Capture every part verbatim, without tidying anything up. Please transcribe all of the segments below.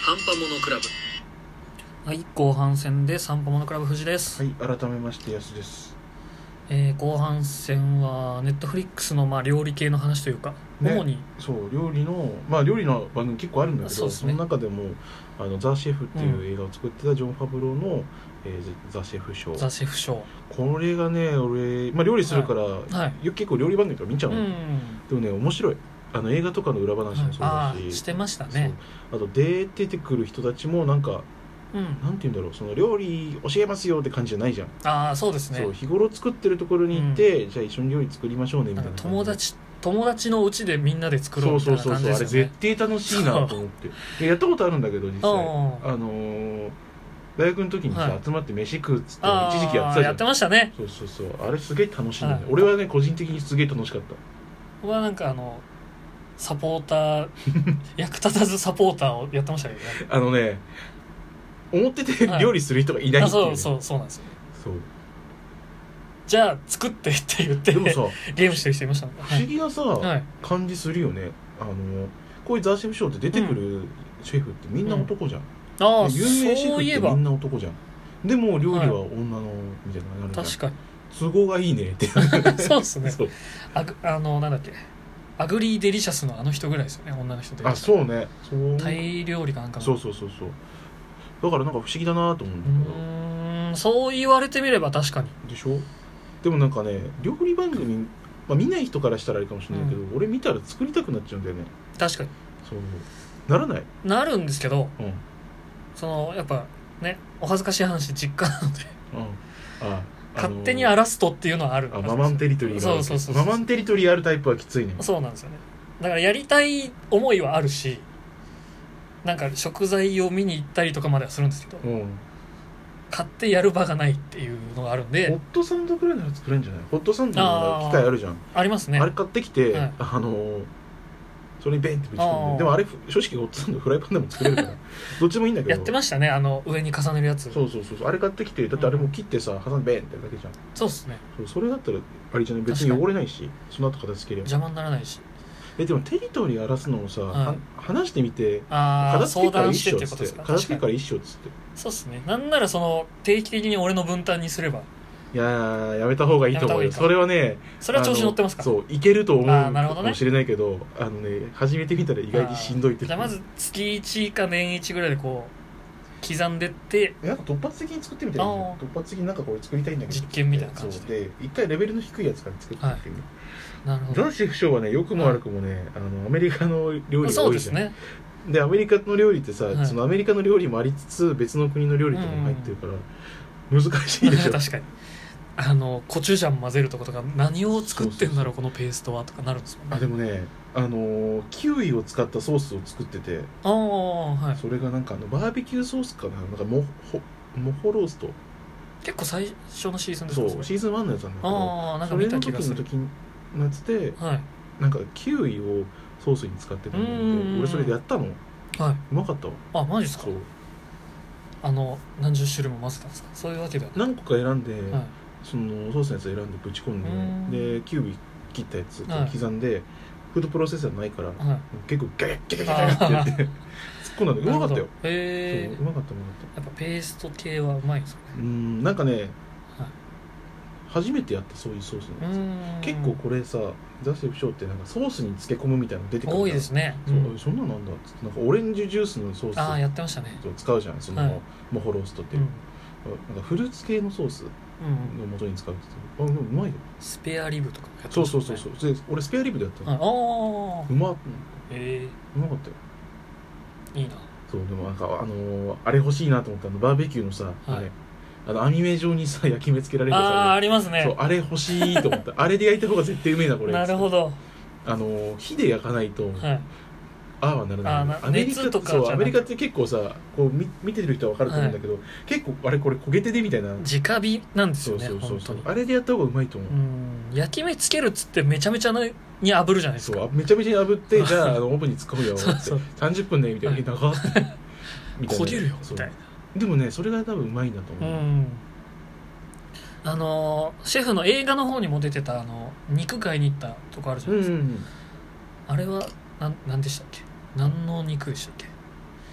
ハンパモノクラブ。 はい、後半戦でハンパモノクラブ藤です。 はい、改めまして安です。 えー、後半戦はネットフリックスのまあ料理系の話というか、ね、主にそう料理のまあ料理の番組結構あるんだけど、 そ,、ね、その中でもあのザ・シェフっていう映画を作ってたジョン・ファブローの、えー、ザ・シェフショー。 ザ・シェフショー。 これがね、俺、まあ、料理するから、はいはい、結構料理番組とか見ちゃうの、うん、でもね面白い。あの映画とかの裏話もそうだし、 はい、あしてましたね。 あと出てくる人たちもなんか、うん、なんて言うんだろう、その料理教えますよって感じじゃないじゃん。 ああ、そうですね。 そう、日頃作ってるところに行って、うん、じゃあ一緒に料理作りましょうねみたいな。 友達友達のうちでみんなで作ろうみたいな感じですよね。そうそうそうそう、あれ絶対楽しいなと思ってやったことあるんだけど実際あのー、大学の時にさ、はい、集まって飯食うっつって一時期やってたじゃん。 やってましたね。 そうそうそう、あれすげえ楽しいんだよ、はい、俺はね個人的にすげえ楽しかった。 僕はなんかあのサポーター役立たずサポーターをやってましたけどね。 あのね、思ってて料理する人がいないっていう、ね、 はい、そうそうそうなんですよね。 そう、 じゃあ作ってって言ってでもさゲームしてる人いましたね。 不思議なさ、はい、感じするよね。あのこういうザ・シェフショーって出てくるシェフってみんな男じゃん、うん、あ有名シェフってみんな男じゃん。でも料理は女のみたいなのがあるじゃん。 確かに都合がいいねってそうですね。そうああのなんだっけ、アグリーデリシャスのあの人ぐらいですよね、女の人で。 あ、そうね、そうタイ料理かなんかの。 そうそうそうそう、だからなんか不思議だなと思うんだけど。 うーん、そう言われてみれば確かにでしょ。でもなんかね、料理番組、まあ、見ない人からしたらあれかもしれないけど、うん、俺見たら作りたくなっちゃうんだよね。確かにそうならないなるんですけど、 うん、 そのやっぱね、お恥ずかしい話実家なので、 うん、あ勝手に荒らすとっていうのはある。 あ、ママンテリトリーがある。 そうそうそうそう、 ママンテリトリーあるタイプはきついね。 そうなんですよね。だからやりたい思いはあるし、なんか食材を見に行ったりとかまではするんですけど、うん、買ってやる場がないっていうのがあるんで。 ホットサンドくらいなら作れるんじゃない。ホットサンドの機械あるじゃん。 あ, ありますね。 あれ買ってきて、はい、あのそれにベンってぶち込んで。でもあれ正直ホットサンドフライパンでも作れるからどっちもいいんだけど。 やってましたね、あの上に重ねるやつ。 そうそうそう、あれ買ってきて、だってあれも切ってさ、挟んでベンってやるだけじゃん。 そうっすね。 そう、それだったらあれじゃない、別に汚れないし、その後片付ければ邪魔にならないし。 えでもテリトリー荒らすのをさ、はい、話してみて、 あ片付けから一緒っつって、 片付けから一緒っつって。 そうっすね。なんならその定期的に俺の分担にすれば。 いやー、やめた方がいいと思うよ。それはね、 それは調子乗ってますか。 そう、いけると思うかもしれないけど、あのね、始めてみたら意外にしんどいって。 じゃあまず月いちか年いちぐらいでこう刻んでって、 なんか突発的に作ってみたいな。突発的になんかこれ作りたいんだけど、 実験みたいな感じで、 一回レベルの低いやつから作ってみてみる。 なるほど。 ザ・シェフショーはね、良くも悪くもね、はい、あのアメリカの料理が多いじゃん。 そうですね。 でアメリカの料理ってさ、はい、そのアメリカの料理もありつつ別の国の料理とかも入ってるから、難しいでしょ。 確かに。あのコチュジャン混ぜるとことか、何を作ってんだろうこのペーストはとかなるんですもんね。 あでもね、あのー、キウイを使ったソースを作ってて、 あ、はい、 それがなんかあのバーベキューソースかな、なんかモホモホロースト、 結構最初のシーズンですか。 そう、シーズンワンのやつなんだけど、 あなんか見た気がする。 それの時の時のやつで、はい、なんかキウイをソースに使ってたんで、俺それでやったの、はい、うまかったわ。 あ、マジですか。そう、あの何十種類も混ぜたんですか。そういうわけでは何個か選んで、はい、そのソースのやつ選んでぶち込んで、でキウイ切ったやつ刻んで、はい、フードプロセッサーないから、はい、結構ガヤッガヤッガヤッってやって突っ込んだんだけどうまかったよ。 へー、うまかったうまかった。 やっぱペースト系はうまいんですかね。 うん、なんかね、はい、初めてやったそういうソースのやつ。結構これさ、ザ・シェフショーってなんかソースに漬け込むみたいなの出てくる。 多いですね。 そう、うん、そんなのなんだっつって、なんかオレンジジュースのソース、 ああやってましたね。 使うじゃん、その、はい、モホローストって、うん、なんかフルーツ系のソースの元に使うって言って、あ、うまいよ。 スペアリブとかもやってましたね。そうそうそうそう、俺スペアリブでやったの。 ああ、 うまっ。 えー、うまかったよ。 いいな。 そう、でもなんかあのー、あれ欲しいなと思ったの、バーベキューのさ、はい、あれあの網目状にさ焼き目つけられるさ、 ああありますね。 そう、あれ欲しいと思ったあれで焼いた方が絶対うめえなこれ。 なるほど。 あのー、火で焼かないと、はい、ああはならない。 あアメリカとかそうアメリカって結構さ、こう 見, 見てる人は分かると思うんだけど、はい、結構あれこれ焦げてでみたいな直火なんですよね。そうそうそうそう、 本当にあれでやった方がうまいと思う。うん、 焼き目つけるっつってめちゃめちゃに炙るじゃないですか。 そう、めちゃめちゃに炙ってじゃあ、あのオーブンに突っ込むよってそうそうさんじゅっぷんねみたいな、はい、長ってみたいな、 焦げるよみたいな。 でもね、それが多分うまいんだと思う。うん、 あのシェフの映画の方にも出てたあの肉買いに行ったとこあるじゃないですか、うんうんうん、あれはなんなんでしたっけ、何の肉でしたっけ。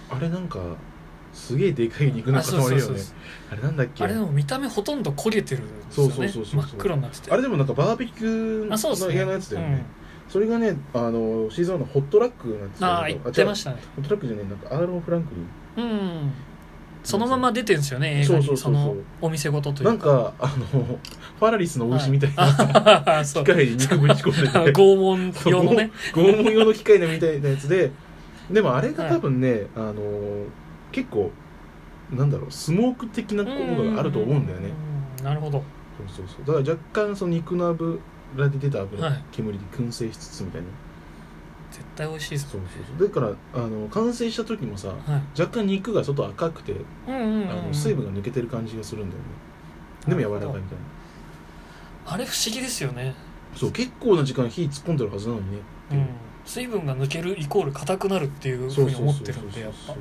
あれなんかすげえでかい肉の塊だよね。あれなんだっけ。 あれでも見た目ほとんど焦げてるんですよね。そうそうそうそう、真っ黒になってて。 あれでもなんかバーベキューの部屋のやつだよね。それがね、あのシーズンワンのホットラックなんですよ。 ああ言ってましたね。 ホットラックじゃねえ、なんかアーロン・フランクリン、 うんそのまま出てるんですよね、映画に。そうそうそうそう、そのお店ごとというか、 なんかあのファラリスの牛みたいな、はい、機械に肉ぶち込んでて拷問用のね拷問用の機械みたいなやつで、でもあれが多分ね、はい、あの結構なんだろう、スモーク的なことがあると思うんだよね。 なるほど。 そうそうそう、だから若干その肉の油で出た油、はい、煙で燻製しつつみたいな。 絶対美味しいです。 そうそうそう。だからあの完成した時もさ、はい、若干肉が外赤くて、うんうんうんうん、あの水分が抜けてる感じがするんだよね。でも柔らかいみたいな。あれ不思議ですよね。 そう、結構な時間火突っ込んでるはずなのにね、 うん、水分が抜けるイコール硬くなるっていうふうに思ってるんで、やっぱそうそうそう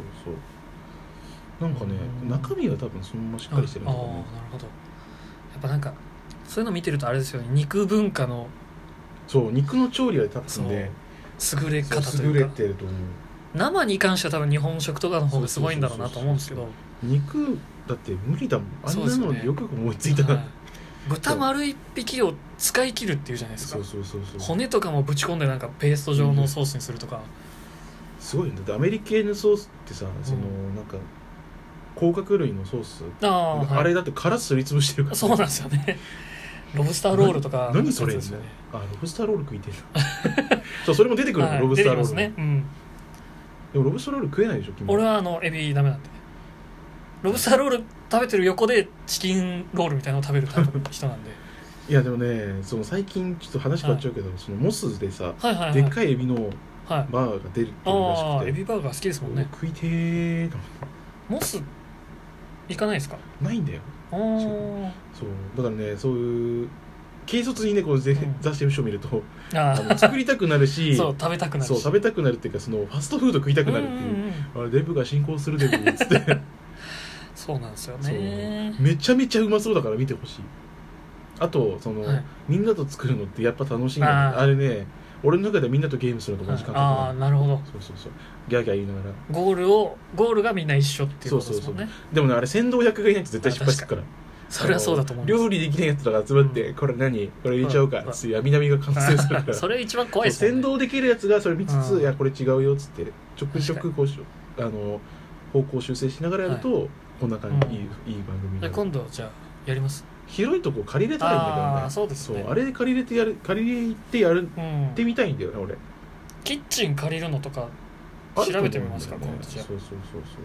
そう、なんかね、中身は多分そのまましっかりしてるんだろうね。ああ、なるほど。やっぱなんかそういうの見てるとあれですよね、肉文化の、 そう、肉の調理は多分ね優れ方というか、 優れてると思う。 生に関しては多分日本食とかの方がすごいんだろうなと思うんですけど、 肉だって無理だもん、あんなのよく思いついたな、はい、 豚丸一匹を使い切るっていうじゃないですか。 そうそうそうそう、 骨とかもぶち込んでなんかペースト状のソースにするとか、うん、 すごいんだって。アメリケーヌソースってさ、その、うん、なんか甲殻類のソース、 あ, あれだって殻すりつぶしてるから、ね、 そうなんですよね。ロブスターロールとか、 何それですよね。あ、ロブスターロール食いてるそう、それも出てくるの、はい、ロブスターロール、ね、うん、でもロブスターロール食えないでしょ君。 俺はあのエビダメなんで、ロブスターロール食べてる横でチキンロールみたいなのを食べるタイプの人なんでいやでもね、その最近ちょっと話変わっちゃうけど、はい、そのモスでさ、はいはいはい、でっかいエビのバーガーが出るっていうらしくて、 はい、あエビバーガー好きですもんね。 食いてー。 モス行かないですか。 ないんだよ。そうだからね、そういう軽率にね、こう雑誌の書を見ると、うん、ああの作りたくなるしそう食べたくなるし、 そう食べたくなるっていうか、そのファストフード食いたくなるっていう、うんうんうん、あれデブが進行するデブっつってそうなんですよね。 めちゃめちゃうまそうだから見てほしい。あとその、はい、みんなと作るのってやっぱ楽しいんだ、ね、あ, あれね、俺の中ではみんなとゲームするのと同じ感覚、はい、ああなるほど。そうそうそう、ギャーギャー言いながらゴールをゴールがみんな一緒っていうことですもんね。そうそうそう。 でもね、あれ先導役がいないと絶対失敗するから。 それはそうだと思います。 料理できないやつとか集まって、うん、これ何これ入れちゃおうかっつって闇波が完成するからそれ一番怖いですね。 先導できるやつがそれ見つつ、うん、いやこれ違うよっつってちょくちょくこうあの方向修正しながらやると、はい、こんな感じ、うん、いいいい番組になる。 今度じゃあやります。 広いとこ借りれたらいいんだけどね。 あ、そうですね。 そう、あれで借りれてやる借りてやる、うん、ってみたいんだよね俺。 キッチン借りるのとか調べてみますか、ね、今度じゃあ。そうそうそうそう。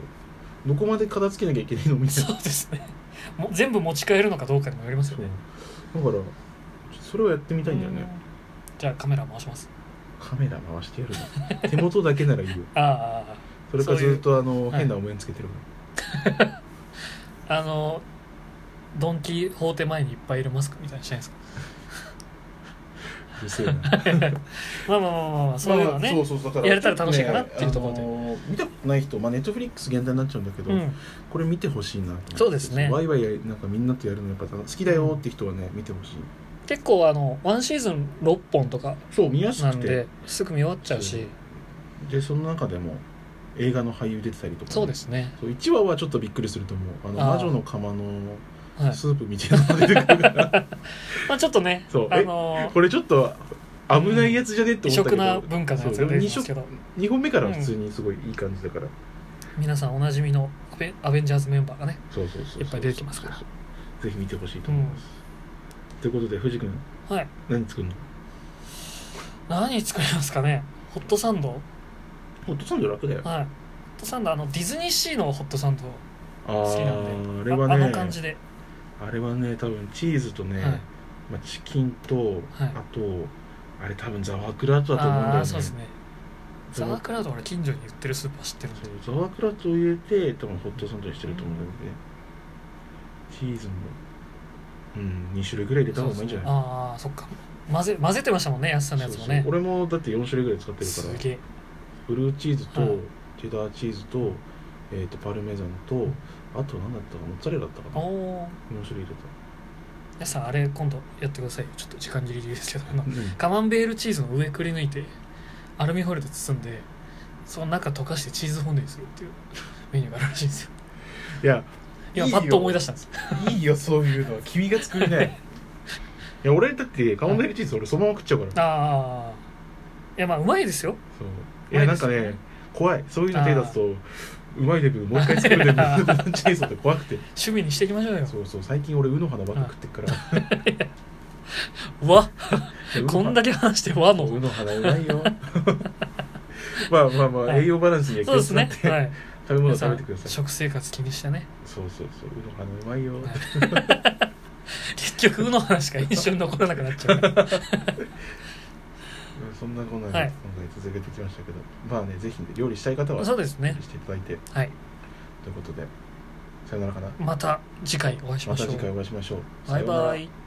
どこまで片付けなきゃいけないのみたいな。 そうですね。も全部持ち帰るのかどうかにもよりますよね。 だからそれをやってみたいんだよね。 じゃあカメラ回します。 カメラ回してやるの手元だけならいいよ。ああ、それからずっとあの変なお面つけてるから、はい、あのドンキホーテ前にいっぱいいるマスクみたいにしないですか。 うるせえなまあまあまあまあ、そういうのね、まあ、そうそう、やれたら楽しいかなっていうところで、ね、あのー、見たことない人、まあ、ネットフリックス限定になっちゃうんだけど、うん、これ見てほしいなと。 そうですね、 ワイワイなんかみんなとやるのやっぱ好きだよって人はね、見てほしい。 結構あのワンシーズンろっぽんとかそう見やすくてなんですぐ見終わっちゃうし、 でその中でも映画の俳優出てたりとか、ね、 そうですね。 そういちわはちょっとびっくりすると思う。あの魔女の釜のスープみたいなのが出てくるから、はい、 まあちょっとね、 そう、あのー、これちょっと危ないやつじゃねって思ったけど、異色な文化のやつが出てますけど、 にほんめからは普通にすごいいい感じだから、うん、 皆さんおなじみのアベ、アベンジャーズメンバーがね、そうそうそうそう、いっぱい出てきますから、 そうそう、ぜひ見てほしいと思います、うん、ということで藤君、はい、何作るの？ 何作りますかね。ホットサンド。 ホットサンド楽だよ。 はい、ホットサンド、あのディズニーシーのホットサンド好きなんで、 あ, あ, れは、ね、あの感じで、 あれはね多分チーズとね、はい、まあ、チキンと、はい、あとあれ多分ザワークラウトだと思うんだよね。あ、そうですね。ザワークラウトは俺近所に売ってるスーパー知ってるんで、ザワークラウトを入れて多分ホットサンドにしてると思うんだよね、うん、チーズも、うん、に種類ぐらい入れた方がいいんじゃない？ ああ、そっか、混ぜ、混ぜてましたもんね、安さんのやつもね。そうそう、俺もだってよん種類ぐらい使ってるから。すげえ。ブルーチーズと、はい、チェダーチーズと、えー、とパルメザンと、あと何だったか、モッツァレラだったかな。おー、よん種類入れた。 やさん、あれ今度やってくださいよ。ちょっと時間切りですけど、うん、カマンベールチーズの上くり抜いてアルミホイルで包んでその中溶かしてチーズフォンデュにするっていうメニューがあるらしいんですよ。 いや今パッと思い出したんです。 いいよそういうのは君が作りない。いや俺だってカモメールチーズ俺そのまま食っちゃうから。 ああいやまあうまいですよ。 そういやなんかね怖いそういうの手出すとうまいデブもう一回作るデブチェイソーって怖くて趣味にしていきましょうよ。 そうそう最近俺ウの花ばっか食ってっから和こんだけ話して和のウの花うまいよまあまあまあ、はい、栄養バランスには気をつけて、ねはい、食べ物食べてください。 食生活気にしてね。 そうそうそうウの花うまいよ、 はい、結局ウの花しか印象に残らなくなっちゃうからそんなこんなで今回続けてきましたけど、はい、まあねぜひ料理したい方はそうですねしていただいて、 はい、 ということでさよならかな。 また次回お会いしましょう。 また次回お会いしましょう。 バイバイ。